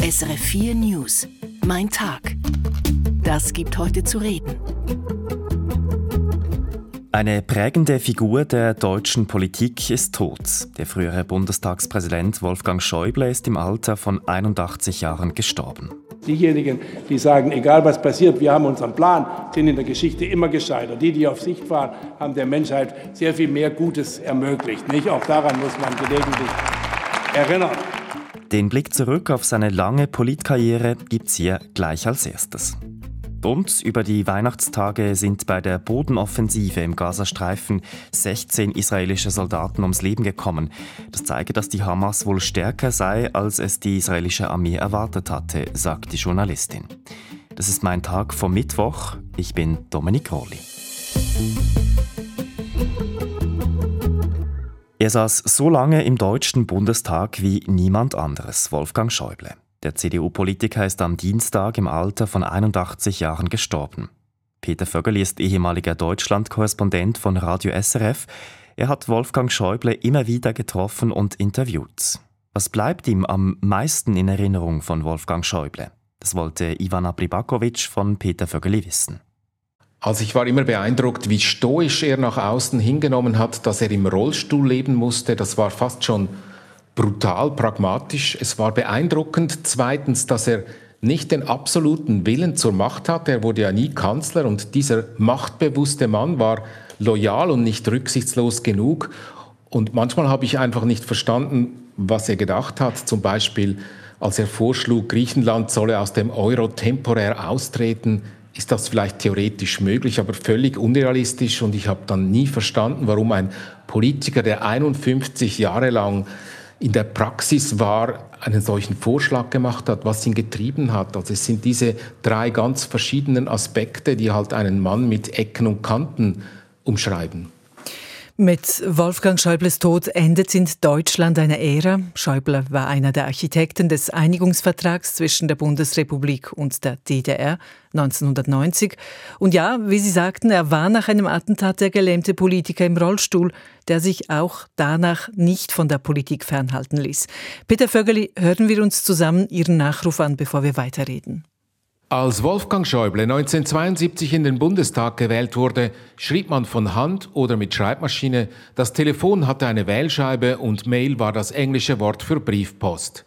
SRF 4 News. Mein Tag. Das gibt heute zu reden. Eine prägende Figur der deutschen Politik ist tot. Der frühere Bundestagspräsident Wolfgang Schäuble ist im Alter von 81 Jahren gestorben. Diejenigen, die sagen, egal was passiert, wir haben unseren Plan, sind in der Geschichte immer gescheitert. Die auf Sicht fahren, haben der Menschheit sehr viel mehr Gutes ermöglicht. Nicht? Auch daran muss man gelegentlich erinnern. Den Blick zurück auf seine lange Politkarriere gibt's hier gleich als erstes. Und über die Weihnachtstage sind bei der Bodenoffensive im Gazastreifen 16 israelische Soldaten ums Leben gekommen. Das zeige, dass die Hamas wohl stärker sei, als es die israelische Armee erwartet hatte, sagt die Journalistin. Das ist mein Tag vom Mittwoch. Ich bin Dominik Rohli. Er saß so lange im Deutschen Bundestag wie niemand anderes, Wolfgang Schäuble. Der CDU-Politiker ist am Dienstag im Alter von 81 Jahren gestorben. Peter Vögeli ist ehemaliger Deutschland-Korrespondent von Radio SRF. Er hat Wolfgang Schäuble immer wieder getroffen und interviewt. Was bleibt ihm am meisten in Erinnerung von Wolfgang Schäuble? Das wollte Ivana Pribakovic von Peter Vögeli wissen. Also ich war immer beeindruckt, wie stoisch er nach außen hingenommen hat, dass er im Rollstuhl leben musste. Das war fast schon brutal, pragmatisch. Es war beeindruckend. Zweitens, dass er nicht den absoluten Willen zur Macht hatte. Er wurde ja nie Kanzler und dieser machtbewusste Mann war loyal und nicht rücksichtslos genug. Und manchmal habe ich einfach nicht verstanden, was er gedacht hat. Zum Beispiel, als er vorschlug, Griechenland solle aus dem Euro temporär austreten, ist das vielleicht theoretisch möglich, aber völlig unrealistisch. Und ich habe dann nie verstanden, warum ein Politiker, der 51 Jahre lang in der Praxis war, einen solchen Vorschlag gemacht hat, was ihn getrieben hat. Also es sind diese drei ganz verschiedenen Aspekte, die halt einen Mann mit Ecken und Kanten umschreiben. Mit Wolfgang Schäubles Tod endet in Deutschland eine Ära. Schäuble war einer der Architekten des Einigungsvertrags zwischen der Bundesrepublik und der DDR 1990. Und ja, wie Sie sagten, er war nach einem Attentat der gelähmte Politiker im Rollstuhl, der sich auch danach nicht von der Politik fernhalten ließ. Peter Vögeli, hören wir uns zusammen Ihren Nachruf an, bevor wir weiterreden. Als Wolfgang Schäuble 1972 in den Bundestag gewählt wurde, schrieb man von Hand oder mit Schreibmaschine, das Telefon hatte eine Wählscheibe und Mail war das englische Wort für Briefpost.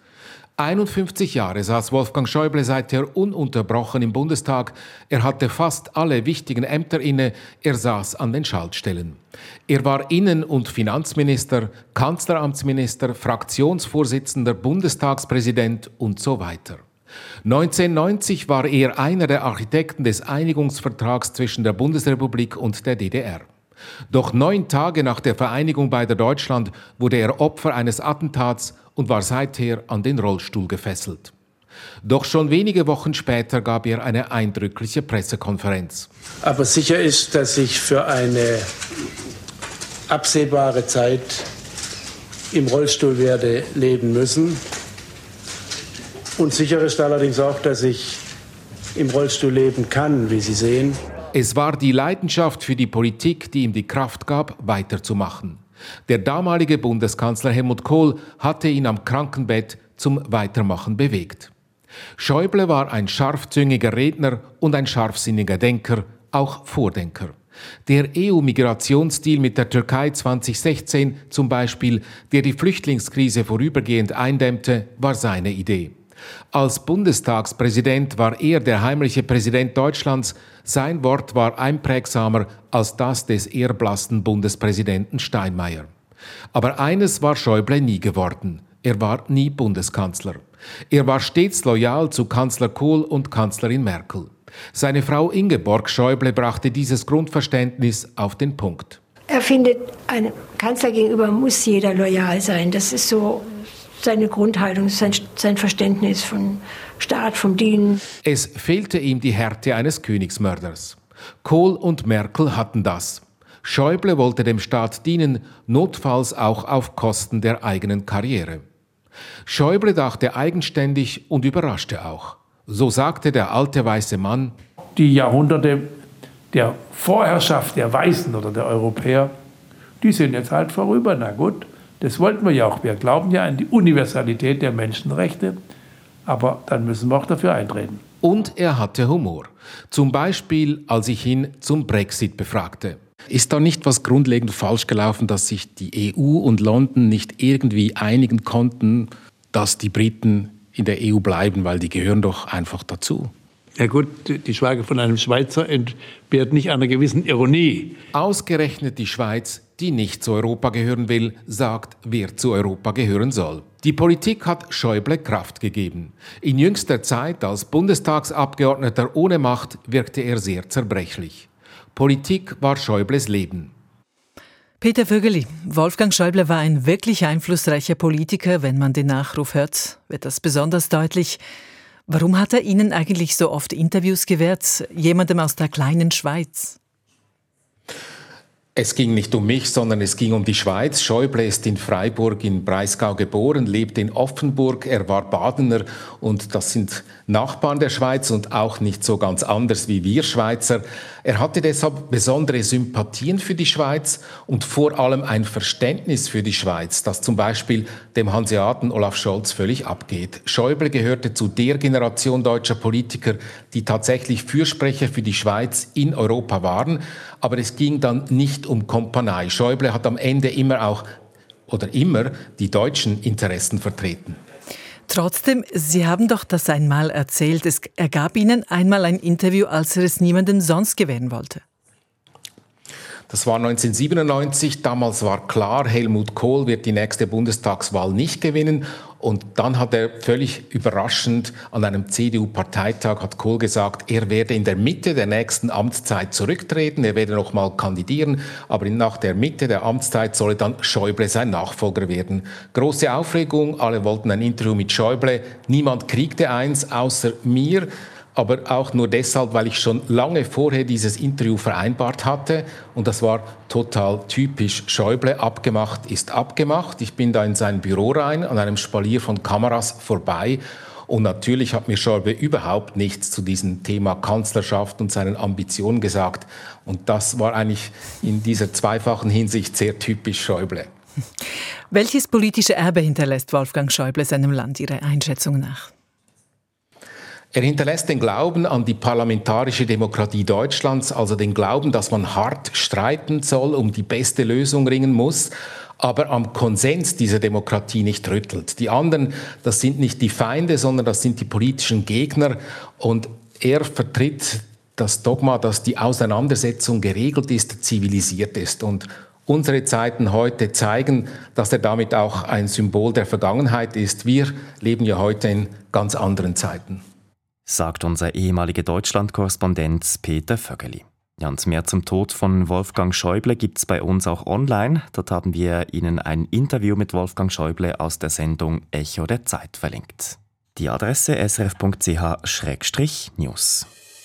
51 Jahre saß Wolfgang Schäuble seither ununterbrochen im Bundestag. Er hatte fast alle wichtigen Ämter inne, er saß an den Schaltstellen. Er war Innen- und Finanzminister, Kanzleramtsminister, Fraktionsvorsitzender, Bundestagspräsident und so weiter. 1990 war er einer der Architekten des Einigungsvertrags zwischen der Bundesrepublik und der DDR. Doch 9 Tage nach der Vereinigung beider Deutschland wurde er Opfer eines Attentats und war seither an den Rollstuhl gefesselt. Doch schon wenige Wochen später gab er eine eindrückliche Pressekonferenz. Aber sicher ist, dass ich für eine absehbare Zeit im Rollstuhl werde leben müssen. Und sicher ist allerdings auch, dass ich im Rollstuhl leben kann, wie Sie sehen. Es war die Leidenschaft für die Politik, die ihm die Kraft gab, weiterzumachen. Der damalige Bundeskanzler Helmut Kohl hatte ihn am Krankenbett zum Weitermachen bewegt. Schäuble war ein scharfzüngiger Redner und ein scharfsinniger Denker, auch Vordenker. Der EU-Migrationsdeal mit der Türkei 2016 zum Beispiel, der die Flüchtlingskrise vorübergehend eindämmte, war seine Idee. Als Bundestagspräsident war er der heimliche Präsident Deutschlands. Sein Wort war einprägsamer als das des ehrblassen Bundespräsidenten Steinmeier. Aber eines war Schäuble nie geworden. Er war nie Bundeskanzler. Er war stets loyal zu Kanzler Kohl und Kanzlerin Merkel. Seine Frau Ingeborg Schäuble brachte dieses Grundverständnis auf den Punkt. Er findet, einem Kanzler gegenüber muss jeder loyal sein. Das ist so seine Grundhaltung, sein Verständnis von Staat, vom Dienen. Es fehlte ihm die Härte eines Königsmörders. Kohl und Merkel hatten das. Schäuble wollte dem Staat dienen, notfalls auch auf Kosten der eigenen Karriere. Schäuble dachte eigenständig und überraschte auch. So sagte der alte weiße Mann: Die Jahrhunderte der Vorherrschaft der Weißen oder der Europäer, die sind jetzt halt vorüber. Na gut, das wollten wir ja auch. Wir glauben ja an die Universalität der Menschenrechte. Aber dann müssen wir auch dafür eintreten. Und er hatte Humor. Zum Beispiel, als ich ihn zum Brexit befragte. Ist da nicht was grundlegend falsch gelaufen, dass sich die EU und London nicht irgendwie einigen konnten, dass die Briten in der EU bleiben, weil die gehören doch einfach dazu? Ja gut, die Frage von einem Schweizer entbehrt nicht einer gewissen Ironie. Ausgerechnet die Schweiz, die nicht zu Europa gehören will, sagt, wer zu Europa gehören soll. Die Politik hat Schäuble Kraft gegeben. In jüngster Zeit als Bundestagsabgeordneter ohne Macht wirkte er sehr zerbrechlich. Politik war Schäubles Leben. Peter Vögeli, Wolfgang Schäuble war ein wirklich einflussreicher Politiker. Wenn man den Nachruf hört, wird das besonders deutlich. Warum hat er Ihnen eigentlich so oft Interviews gewährt, jemandem aus der kleinen Schweiz? Es ging nicht um mich, sondern es ging um die Schweiz. Schäuble ist in Freiburg in Breisgau geboren, lebt in Offenburg. Er war Badener und das sind Nachbarn der Schweiz und auch nicht so ganz anders wie wir Schweizer. Er hatte deshalb besondere Sympathien für die Schweiz und vor allem ein Verständnis für die Schweiz, das zum Beispiel dem Hanseaten Olaf Scholz völlig abgeht. Schäuble gehörte zu der Generation deutscher Politiker, die tatsächlich Fürsprecher für die Schweiz in Europa waren. Aber es ging dann nicht um Kumpanei. Schäuble hat am Ende immer die deutschen Interessen vertreten. Trotzdem, Sie haben doch das einmal erzählt. Er gab Ihnen einmal ein Interview, als er es niemandem sonst gewähren wollte. Das war 1997. Damals war klar, Helmut Kohl wird die nächste Bundestagswahl nicht gewinnen. Und dann hat er völlig überraschend an einem CDU-Parteitag hat Kohl gesagt, er werde in der Mitte der nächsten Amtszeit zurücktreten, er werde noch mal kandidieren, aber nach der Mitte der Amtszeit solle dann Schäuble sein Nachfolger werden. Große Aufregung, alle wollten ein Interview mit Schäuble, niemand kriegte eins außer mir. Aber auch nur deshalb, weil ich schon lange vorher dieses Interview vereinbart hatte. Und das war total typisch Schäuble. Abgemacht ist abgemacht. Ich bin da in sein Büro rein, an einem Spalier von Kameras vorbei. Und natürlich hat mir Schäuble überhaupt nichts zu diesem Thema Kanzlerschaft und seinen Ambitionen gesagt. Und das war eigentlich in dieser zweifachen Hinsicht sehr typisch Schäuble. Welches politische Erbe hinterlässt Wolfgang Schäuble seinem Land Ihrer Einschätzung nach? Er hinterlässt den Glauben an die parlamentarische Demokratie Deutschlands, also den Glauben, dass man hart streiten soll, um die beste Lösung ringen muss, aber am Konsens dieser Demokratie nicht rüttelt. Die anderen, das sind nicht die Feinde, sondern das sind die politischen Gegner. Und er vertritt das Dogma, dass die Auseinandersetzung geregelt ist, zivilisiert ist. Und unsere Zeiten heute zeigen, dass er damit auch ein Symbol der Vergangenheit ist. Wir leben ja heute in ganz anderen Zeiten. Sagt unser ehemaliger Deutschland-Korrespondent Peter Vögeli. Ja, und mehr zum Tod von Wolfgang Schäuble gibt's bei uns auch online. Dort haben wir Ihnen ein Interview mit Wolfgang Schäuble aus der Sendung Echo der Zeit verlinkt. Die Adresse srf.ch/news.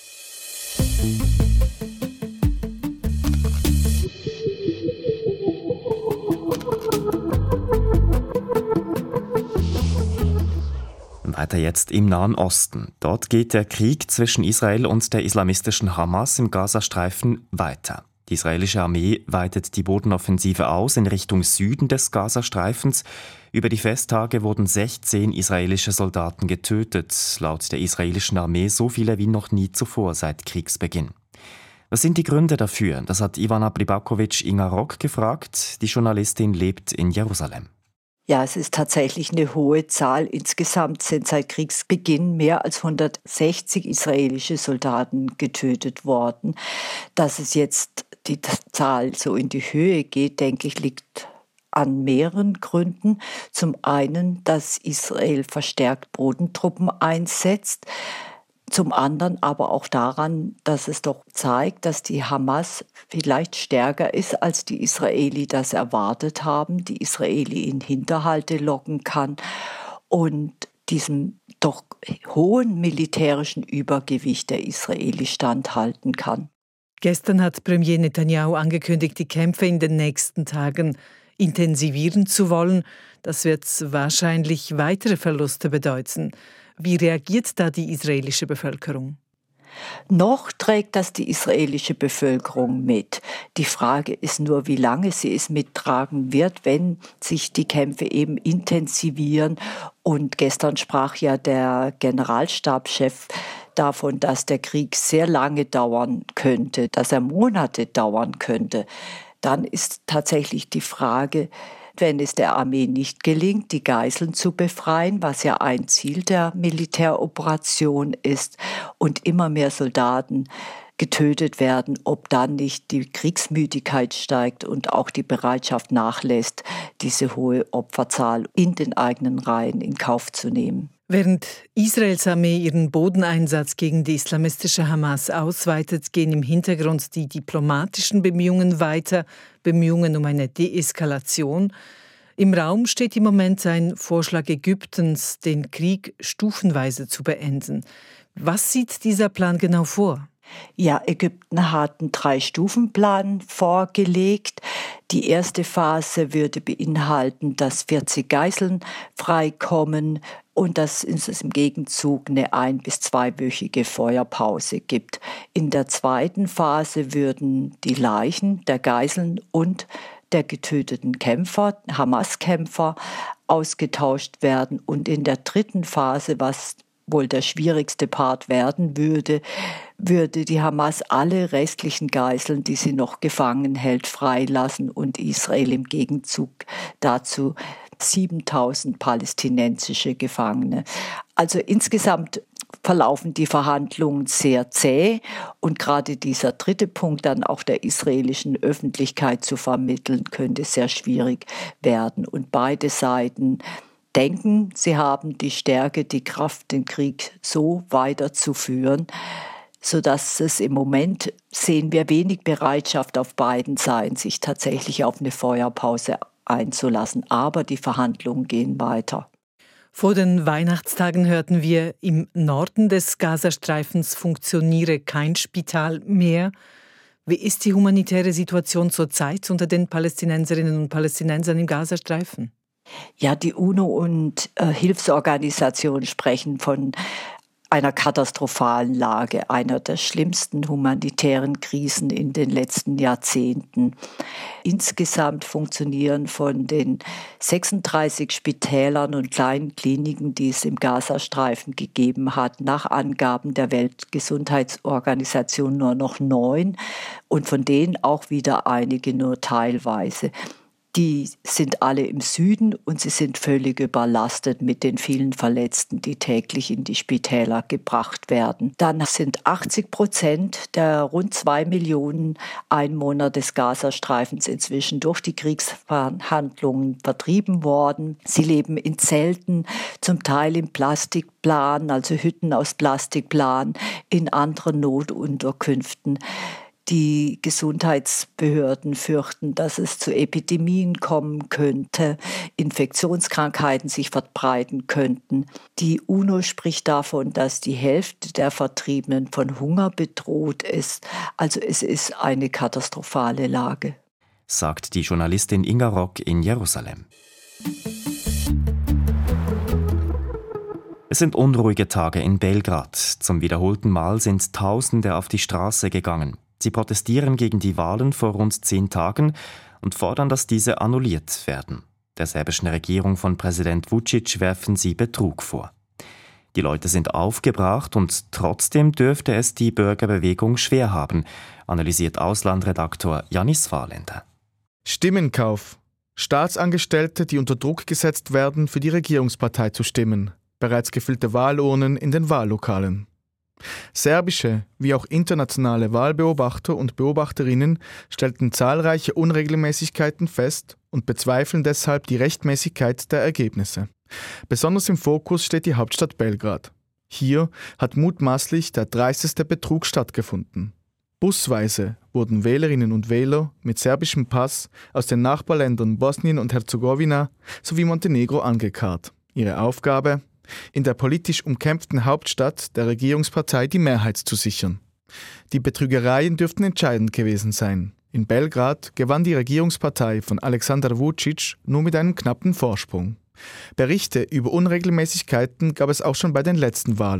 Weiter jetzt im Nahen Osten. Dort geht der Krieg zwischen Israel und der islamistischen Hamas im Gazastreifen weiter. Die israelische Armee weitet die Bodenoffensive aus in Richtung Süden des Gazastreifens. Über die Festtage wurden 16 israelische Soldaten getötet. Laut der israelischen Armee so viele wie noch nie zuvor seit Kriegsbeginn. Was sind die Gründe dafür? Das hat Ivana Pribakovic-Inga Rock gefragt. Die Journalistin lebt in Jerusalem. Ja, es ist tatsächlich eine hohe Zahl. Insgesamt sind seit Kriegsbeginn mehr als 160 israelische Soldaten getötet worden. Dass es jetzt die Zahl so in die Höhe geht, denke ich, liegt an mehreren Gründen. Zum einen, dass Israel verstärkt Bodentruppen einsetzt. Zum anderen aber auch daran, dass es doch zeigt, dass die Hamas vielleicht stärker ist, als die Israeli das erwartet haben, die Israeli in Hinterhalte locken kann und diesem doch hohen militärischen Übergewicht der Israeli standhalten kann. Gestern hat Premier Netanyahu angekündigt, die Kämpfe in den nächsten Tagen intensivieren zu wollen. Das wird wahrscheinlich weitere Verluste bedeuten. Wie reagiert da die israelische Bevölkerung? Noch trägt das die israelische Bevölkerung mit. Die Frage ist nur, wie lange sie es mittragen wird, wenn sich die Kämpfe eben intensivieren. Und gestern sprach ja der Generalstabschef davon, dass der Krieg sehr lange dauern könnte, dass er Monate dauern könnte. Dann ist tatsächlich die Frage, wenn es der Armee nicht gelingt, die Geiseln zu befreien, was ja ein Ziel der Militäroperation ist, und immer mehr Soldaten getötet werden, ob dann nicht die Kriegsmüdigkeit steigt und auch die Bereitschaft nachlässt, diese hohe Opferzahl in den eigenen Reihen in Kauf zu nehmen. Während Israels Armee ihren Bodeneinsatz gegen die islamistische Hamas ausweitet, gehen im Hintergrund die diplomatischen Bemühungen weiter, Bemühungen um eine Deeskalation. Im Raum steht im Moment ein Vorschlag Ägyptens, den Krieg stufenweise zu beenden. Was sieht dieser Plan genau vor? Ja, Ägypten hat einen 3-Stufen-Plan vorgelegt. Die erste Phase würde beinhalten, dass 40 Geiseln freikommen und dass es im Gegenzug eine 1- bis 2-wöchige Feuerpause gibt. In der zweiten Phase würden die Leichen der Geiseln und der getöteten Kämpfer, Hamas-Kämpfer, ausgetauscht werden. Und in der dritten Phase, was wohl der schwierigste Part werden würde die Hamas alle restlichen Geiseln, die sie noch gefangen hält, freilassen und Israel im Gegenzug dazu 7.000 palästinensische Gefangene. Also insgesamt verlaufen die Verhandlungen sehr zäh und gerade dieser dritte Punkt dann auch der israelischen Öffentlichkeit zu vermitteln, könnte sehr schwierig werden. Und beide Seiten denken, sie haben die Stärke, die Kraft, den Krieg so weiterzuführen, sodass es im Moment, sehen wir, wenig Bereitschaft auf beiden Seiten, sich tatsächlich auf eine Feuerpause einzulassen. Aber die Verhandlungen gehen weiter. Vor den Weihnachtstagen hörten wir, im Norden des Gazastreifens funktioniere kein Spital mehr. Wie ist die humanitäre Situation zurzeit unter den Palästinenserinnen und Palästinensern im Gazastreifen? Ja, die UNO und Hilfsorganisationen sprechen von einer katastrophalen Lage, einer der schlimmsten humanitären Krisen in den letzten Jahrzehnten. Insgesamt funktionieren von den 36 Spitälern und kleinen Kliniken, die es im Gazastreifen gegeben hat, nach Angaben der Weltgesundheitsorganisation nur noch 9 und von denen auch wieder einige nur teilweise. Die sind alle im Süden und sie sind völlig überlastet mit den vielen Verletzten, die täglich in die Spitäler gebracht werden. Dann sind 80% der rund 2 Millionen Einwohner des Gazastreifens inzwischen durch die Kriegsverhandlungen vertrieben worden. Sie leben in Zelten, zum Teil in Plastikplan, also Hütten aus Plastikplan, in anderen Notunterkünften. Die Gesundheitsbehörden fürchten, dass es zu Epidemien kommen könnte, Infektionskrankheiten sich verbreiten könnten. Die UNO spricht davon, dass die Hälfte der Vertriebenen von Hunger bedroht ist. Also es ist eine katastrophale Lage, sagt die Journalistin Inga Rock in Jerusalem. Es sind unruhige Tage in Belgrad. Zum wiederholten Mal sind Tausende auf die Straße gegangen. Sie protestieren gegen die Wahlen vor rund 10 Tagen und fordern, dass diese annulliert werden. Der serbischen Regierung von Präsident Vučić werfen sie Betrug vor. Die Leute sind aufgebracht und trotzdem dürfte es die Bürgerbewegung schwer haben, analysiert Auslandredaktor Janis Fahrländer. Stimmenkauf. Staatsangestellte, die unter Druck gesetzt werden, für die Regierungspartei zu stimmen. Bereits gefüllte Wahlurnen in den Wahllokalen. Serbische wie auch internationale Wahlbeobachter und Beobachterinnen stellten zahlreiche Unregelmäßigkeiten fest und bezweifeln deshalb die Rechtmäßigkeit der Ergebnisse. Besonders im Fokus steht die Hauptstadt Belgrad. Hier hat mutmaßlich der dreisteste Betrug stattgefunden. Busweise wurden Wählerinnen und Wähler mit serbischem Pass aus den Nachbarländern Bosnien und Herzegowina sowie Montenegro angekarrt. Ihre Aufgabe: in der politisch umkämpften Hauptstadt der Regierungspartei die Mehrheit zu sichern. Die Betrügereien dürften entscheidend gewesen sein. In Belgrad gewann die Regierungspartei von Aleksandar Vučić nur mit einem knappen Vorsprung. Berichte über Unregelmäßigkeiten gab es auch schon bei den letzten Wahlen.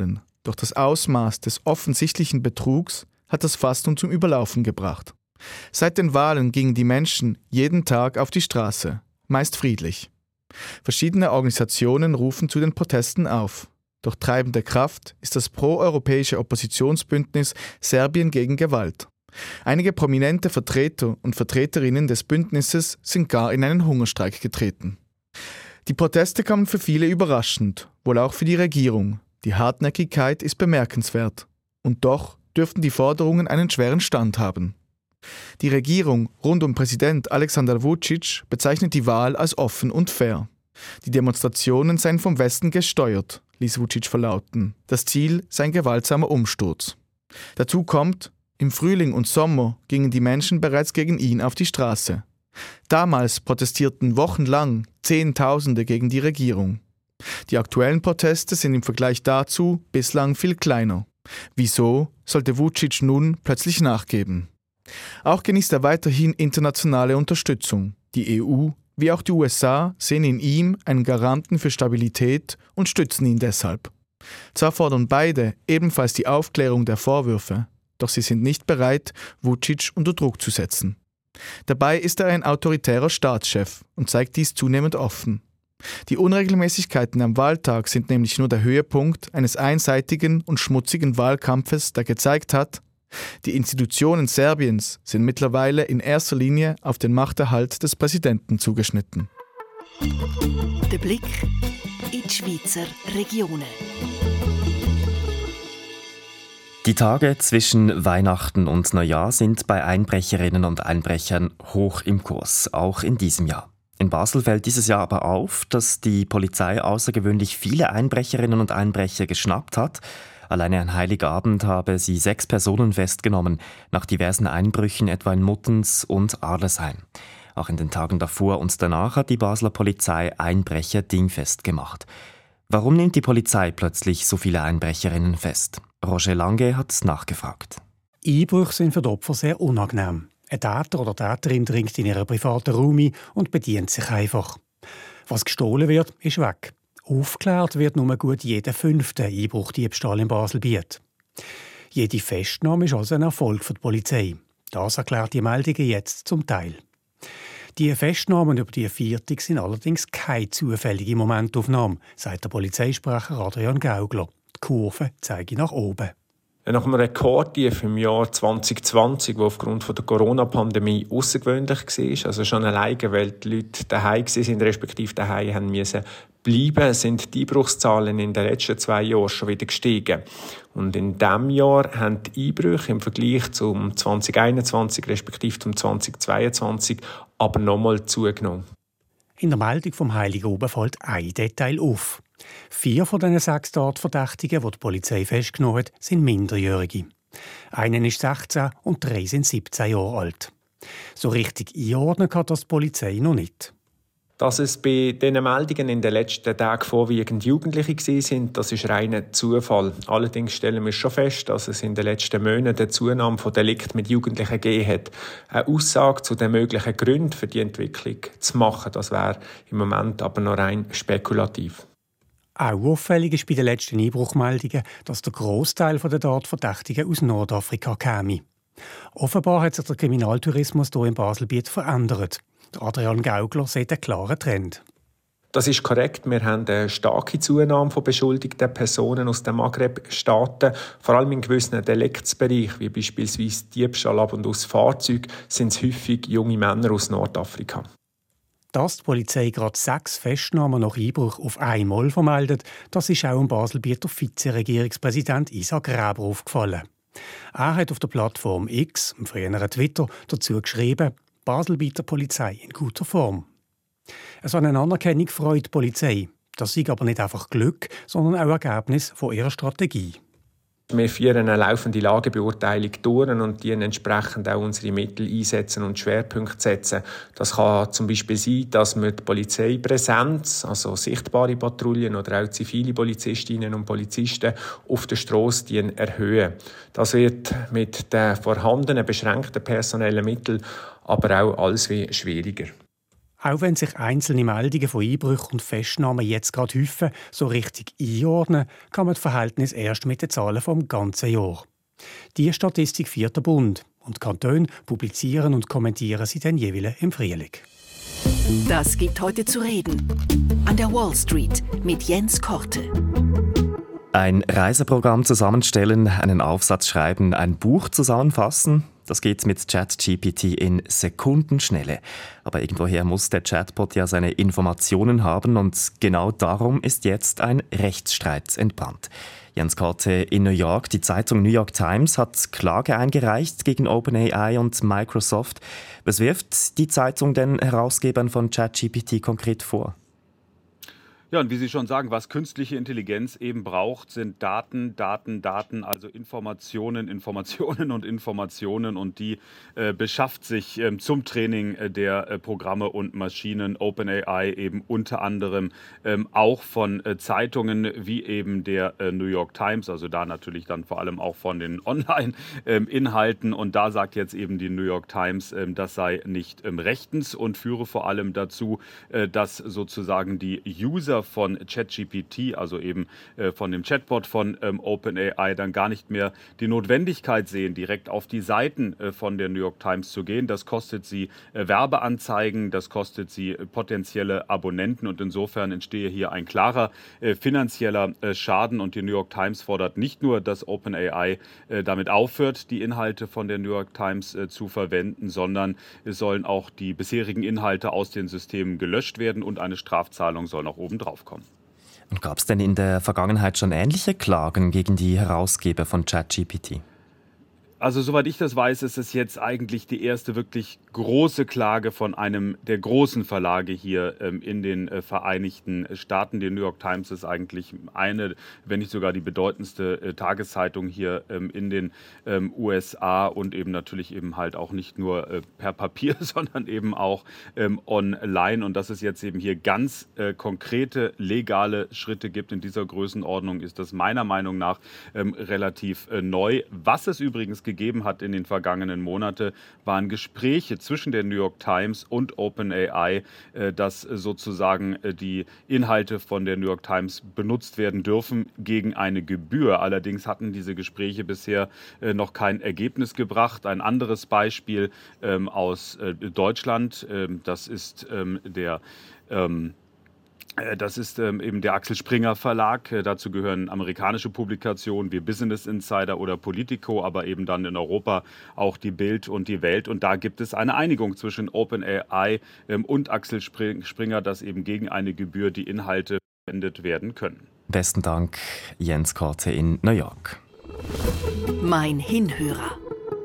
Doch das Ausmaß des offensichtlichen Betrugs hat das Fass nun zum Überlaufen gebracht. Seit den Wahlen gingen die Menschen jeden Tag auf die Straße, meist friedlich. Verschiedene Organisationen rufen zu den Protesten auf. Doch treibende Kraft ist das proeuropäische Oppositionsbündnis Serbien gegen Gewalt. Einige prominente Vertreter und Vertreterinnen des Bündnisses sind gar in einen Hungerstreik getreten. Die Proteste kamen für viele überraschend, wohl auch für die Regierung. Die Hartnäckigkeit ist bemerkenswert. Und doch dürften die Forderungen einen schweren Stand haben. Die Regierung rund um Präsident Aleksandar Vučić bezeichnet die Wahl als offen und fair. Die Demonstrationen seien vom Westen gesteuert, ließ Vučić verlauten. Das Ziel sei ein gewaltsamer Umsturz. Dazu kommt, im Frühling und Sommer gingen die Menschen bereits gegen ihn auf die Straße. Damals protestierten wochenlang Zehntausende gegen die Regierung. Die aktuellen Proteste sind im Vergleich dazu bislang viel kleiner. Wieso sollte Vučić nun plötzlich nachgeben? Auch genießt er weiterhin internationale Unterstützung. Die EU wie auch die USA sehen in ihm einen Garanten für Stabilität und stützen ihn deshalb. Zwar fordern beide ebenfalls die Aufklärung der Vorwürfe, doch sie sind nicht bereit, Vučić unter Druck zu setzen. Dabei ist er ein autoritärer Staatschef und zeigt dies zunehmend offen. Die Unregelmäßigkeiten am Wahltag sind nämlich nur der Höhepunkt eines einseitigen und schmutzigen Wahlkampfes, der gezeigt hat, die Institutionen Serbiens sind mittlerweile in erster Linie auf den Machterhalt des Präsidenten zugeschnitten. Der Blick in die Schweizer Regionen. Die Tage zwischen Weihnachten und Neujahr sind bei Einbrecherinnen und Einbrechern hoch im Kurs, auch in diesem Jahr. In Basel fällt dieses Jahr aber auf, dass die Polizei außergewöhnlich viele Einbrecherinnen und Einbrecher geschnappt hat. Alleine an Heiligabend habe sie 6 Personen festgenommen, nach diversen Einbrüchen etwa in Muttens und Arlesheim. Auch in den Tagen davor und danach hat die Basler Polizei Einbrecher dingfest gemacht. Warum nimmt die Polizei plötzlich so viele Einbrecherinnen fest? Roger Lange hat nachgefragt. Einbrüche sind für die Opfer sehr unangenehm. Ein Täter oder Täterin dringt in ihren privaten Raum ein und bedient sich einfach. Was gestohlen wird, ist weg. Aufgeklärt wird nur gut jeder 5. Einbruchdiebstahl in Basel-Biet. Jede Festnahme ist also ein Erfolg für die Polizei. Das erklärt die Meldungen jetzt zum Teil. Die Festnahmen über die Viertig sind allerdings keine zufällige Momentaufnahme, sagt der Polizeisprecher Adrian Gaugler. Die Kurve zeige nach oben. Nach einem Rekordtief im Jahr 2020, das aufgrund der Corona-Pandemie außergewöhnlich war, also schon alleine, weil die Leute daheim waren, respektive daheim haben müssen bleiben, sind die Einbruchszahlen in den letzten 2 Jahren schon wieder gestiegen. Und in diesem Jahr haben die Einbrüche im Vergleich zum 2021 respektive zum 2022 aber nochmal zugenommen. In der Meldung vom Heiligen Oben fällt ein Detail auf. 4 von diesen 6 Tatverdächtigen, die die Polizei festgenommen hat, sind Minderjährige. Einer ist 16 und 3 sind 17 Jahre alt. So richtig einordnen kann das die Polizei noch nicht. Dass es bei diesen Meldungen in den letzten Tagen vorwiegend Jugendliche waren, das ist reiner Zufall. Allerdings stellen wir schon fest, dass es in den letzten Monaten eine Zunahme von Delikten mit Jugendlichen gegeben hat. Eine Aussage zu den möglichen Gründen für die Entwicklung zu machen, das wäre im Moment aber noch rein spekulativ. Auch auffällig ist bei den letzten Einbruchmeldungen, dass der Grossteil der Tatverdächtigen aus Nordafrika käme. Offenbar hat sich der Kriminaltourismus hier in Basel-Biet verändert. Adrian Gaugler sieht einen klaren Trend. Das ist korrekt. Wir haben eine starke Zunahme von beschuldigten Personen aus den Maghreb-Staaten. Vor allem in gewissen Deliktsbereichen, wie beispielsweise Diebstahl ab und aus Fahrzeugen, sind es häufig junge Männer aus Nordafrika. Dass die Polizei gerade 6 Festnahmen nach Einbruch auf einmal vermeldet, das ist auch dem Basel-Bieter Vizeregierungspräsident Isaac Gräber aufgefallen. Er hat auf der Plattform X, im früheren Twitter, dazu geschrieben, Basel-Bieter Polizei in guter Form. So eine Anerkennung freut die Polizei. Das ist aber nicht einfach Glück, sondern auch Ergebnis von ihrer Strategie. Wir führen eine laufende Lagebeurteilung durch und die entsprechend auch unsere Mittel einsetzen und Schwerpunkte setzen. Das kann zum Beispiel sein, dass wir die Polizeipräsenz, also sichtbare Patrouillen oder auch zivile Polizistinnen und Polizisten auf der Strasse erhöhen. Das wird mit den vorhandenen beschränkten personellen Mitteln aber auch alles wie schwieriger. Auch wenn sich einzelne Meldungen von Einbrüchen und Festnahmen jetzt gerade häufen, so richtig einordnen kann man das Verhältnis erst mit den Zahlen vom ganzen Jahr. Die Statistik führt der Bund und die Kantone publizieren und kommentieren sie dann jeweils im Frühling. Das gibt heute zu reden. An der Wall Street mit Jens Korte. Ein Reiseprogramm zusammenstellen, einen Aufsatz schreiben, ein Buch zusammenfassen, das geht mit ChatGPT in Sekundenschnelle. Aber irgendwoher muss der Chatbot ja seine Informationen haben und genau darum ist jetzt ein Rechtsstreit entbrannt. Jens Korte in New York. Die Zeitung New York Times hat Klage eingereicht gegen OpenAI und Microsoft. Was wirft die Zeitung den Herausgebern von ChatGPT konkret vor? Ja, und wie Sie schon sagen, was künstliche Intelligenz eben braucht, sind Daten, also Informationen und die beschafft sich zum Training der Programme und Maschinen OpenAI eben unter anderem auch von Zeitungen wie eben der New York Times, also da natürlich dann vor allem auch von den Online-Inhalten und da sagt jetzt eben die New York Times, das sei nicht rechtens und führe vor allem dazu, dass sozusagen die User von ChatGPT, also eben von dem Chatbot von OpenAI, dann gar nicht mehr die Notwendigkeit sehen, direkt auf die Seiten von der New York Times zu gehen. Das kostet sie Werbeanzeigen, das kostet sie potenzielle Abonnenten und insofern entstehe hier ein klarer finanzieller Schaden und die New York Times fordert nicht nur, dass OpenAI damit aufhört, die Inhalte von der New York Times zu verwenden, sondern es sollen auch die bisherigen Inhalte aus den Systemen gelöscht werden und eine Strafzahlung soll noch obendrauf kommen. Und gab es denn in der Vergangenheit schon ähnliche Klagen gegen die Herausgeber von ChatGPT? Also soweit ich das weiß, ist es jetzt eigentlich die erste wirklich große Klage von einem der großen Verlage hier in den Vereinigten Staaten. Die New York Times ist eigentlich eine, wenn nicht sogar die bedeutendste Tageszeitung hier in den USA und eben natürlich eben halt auch nicht nur per Papier, sondern eben auch online. Und dass es jetzt eben hier ganz konkrete legale Schritte gibt in dieser Größenordnung, ist das meiner Meinung nach relativ neu. Was es übrigens gegeben hat in den vergangenen Monaten, waren Gespräche zwischen der New York Times und OpenAI, dass sozusagen die Inhalte von der New York Times benutzt werden dürfen gegen eine Gebühr. Allerdings hatten diese Gespräche bisher noch kein Ergebnis gebracht. Ein anderes Beispiel aus Deutschland, das ist eben der Axel Springer Verlag. Dazu gehören amerikanische Publikationen wie Business Insider oder Politico, aber eben dann in Europa auch die Bild und die Welt. Und da gibt es eine Einigung zwischen OpenAI und Axel Springer, dass eben gegen eine Gebühr die Inhalte verwendet werden können. Besten Dank, Jens Korte in New York. Mein Hinhörer.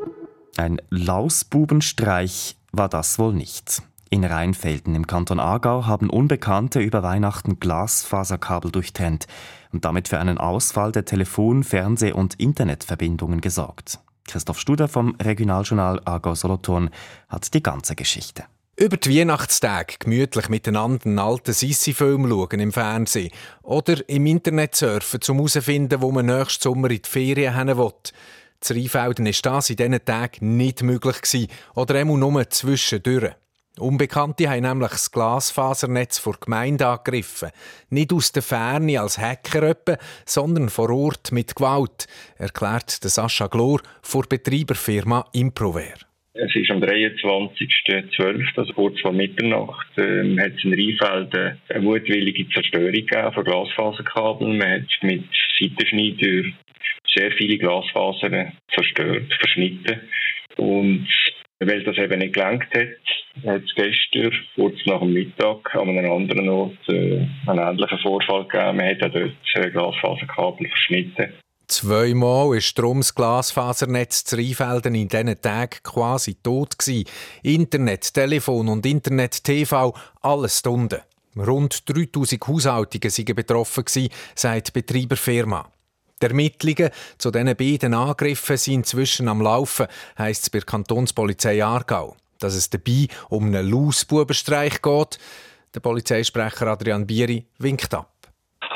Ein Lausbubenstreich war das wohl nicht. In Rheinfelden im Kanton Aargau haben Unbekannte über Weihnachten Glasfaserkabel durchtrennt und damit für einen Ausfall der Telefon-, Fernseh- und Internetverbindungen gesorgt. Christoph Studer vom Regionaljournal Aargau-Solothurn hat die ganze Geschichte. Über die Weihnachtstage gemütlich miteinander einen alten Sissi-Film schauen im Fernsehen oder im Internet surfen, um herauszufinden, wo man nächsten Sommer in die Ferien hin will. Zu Rheinfelden war das in diesen Tagen nicht möglich gewesen, oder nur zwischendurch. Unbekannte haben nämlich das Glasfasernetz vor Gemeinde angegriffen. Nicht aus der Ferne als Hacker, sondern vor Ort mit Gewalt, erklärt Sascha Glor von der Betreiberfirma Improver. Es ist am 23.12., also kurz vor Mitternacht, hat es in Rheinfelden eine mutwillige Zerstörung gegeben von Glasfaserkabeln. Man hat mit Seitenschneidern sehr viele Glasfasern zerstört, verschnitten. Und weil das eben nicht gelangt hat es gestern, kurz nach dem Mittag, an einem anderen Ort einen ähnlichen Vorfall gegeben. Man hat auch dort Glasfaserkabel verschnitten. 2-mal war darum das Glasfasernetz zu Rheinfelden in diesen Tagen quasi tot gewesen. Internet, Telefon und Internet-TV, alles unten. Rund 3000 Haushaltungen waren betroffen, sagt die Betreiberfirma. Die Ermittlungen zu diesen beiden Angriffen sind inzwischen am Laufen, heisst es bei der Kantonspolizei Aargau. Dass es dabei um einen Lausbubenstreich geht, der Polizeisprecher Adrian Bieri winkt ab. Also ist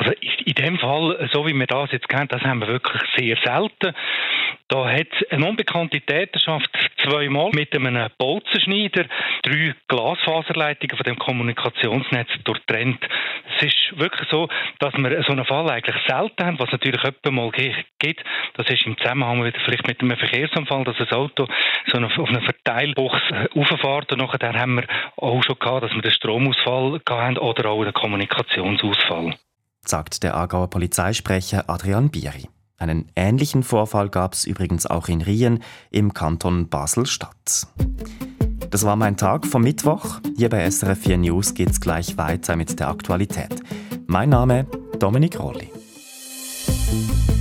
In dem Fall, so wie wir das jetzt kennen, das haben wir wirklich sehr selten. Da hat eine unbekannte Täterschaft 2-mal mit einem Bolzenschneider 3 Glasfaserleitungen von dem Kommunikationsnetz durchtrennt. Es ist wirklich so, dass wir so einen Fall eigentlich selten haben, was natürlich öfter mal gibt. Das ist im Zusammenhang vielleicht mit einem Verkehrsunfall, dass ein Auto so auf einer Verteilbox rauffährt. Und nachher haben wir auch schon gehabt, dass wir den Stromausfall hatten oder auch den Kommunikationsausfall. Sagt der Aargauer Polizeisprecher Adrian Bieri. Einen ähnlichen Vorfall gab es übrigens auch in Rien im Kanton Basel-Stadt. Das war mein Tag vom Mittwoch. Hier bei SRF 4 News geht's gleich weiter mit der Aktualität. Mein Name Dominik Rolli.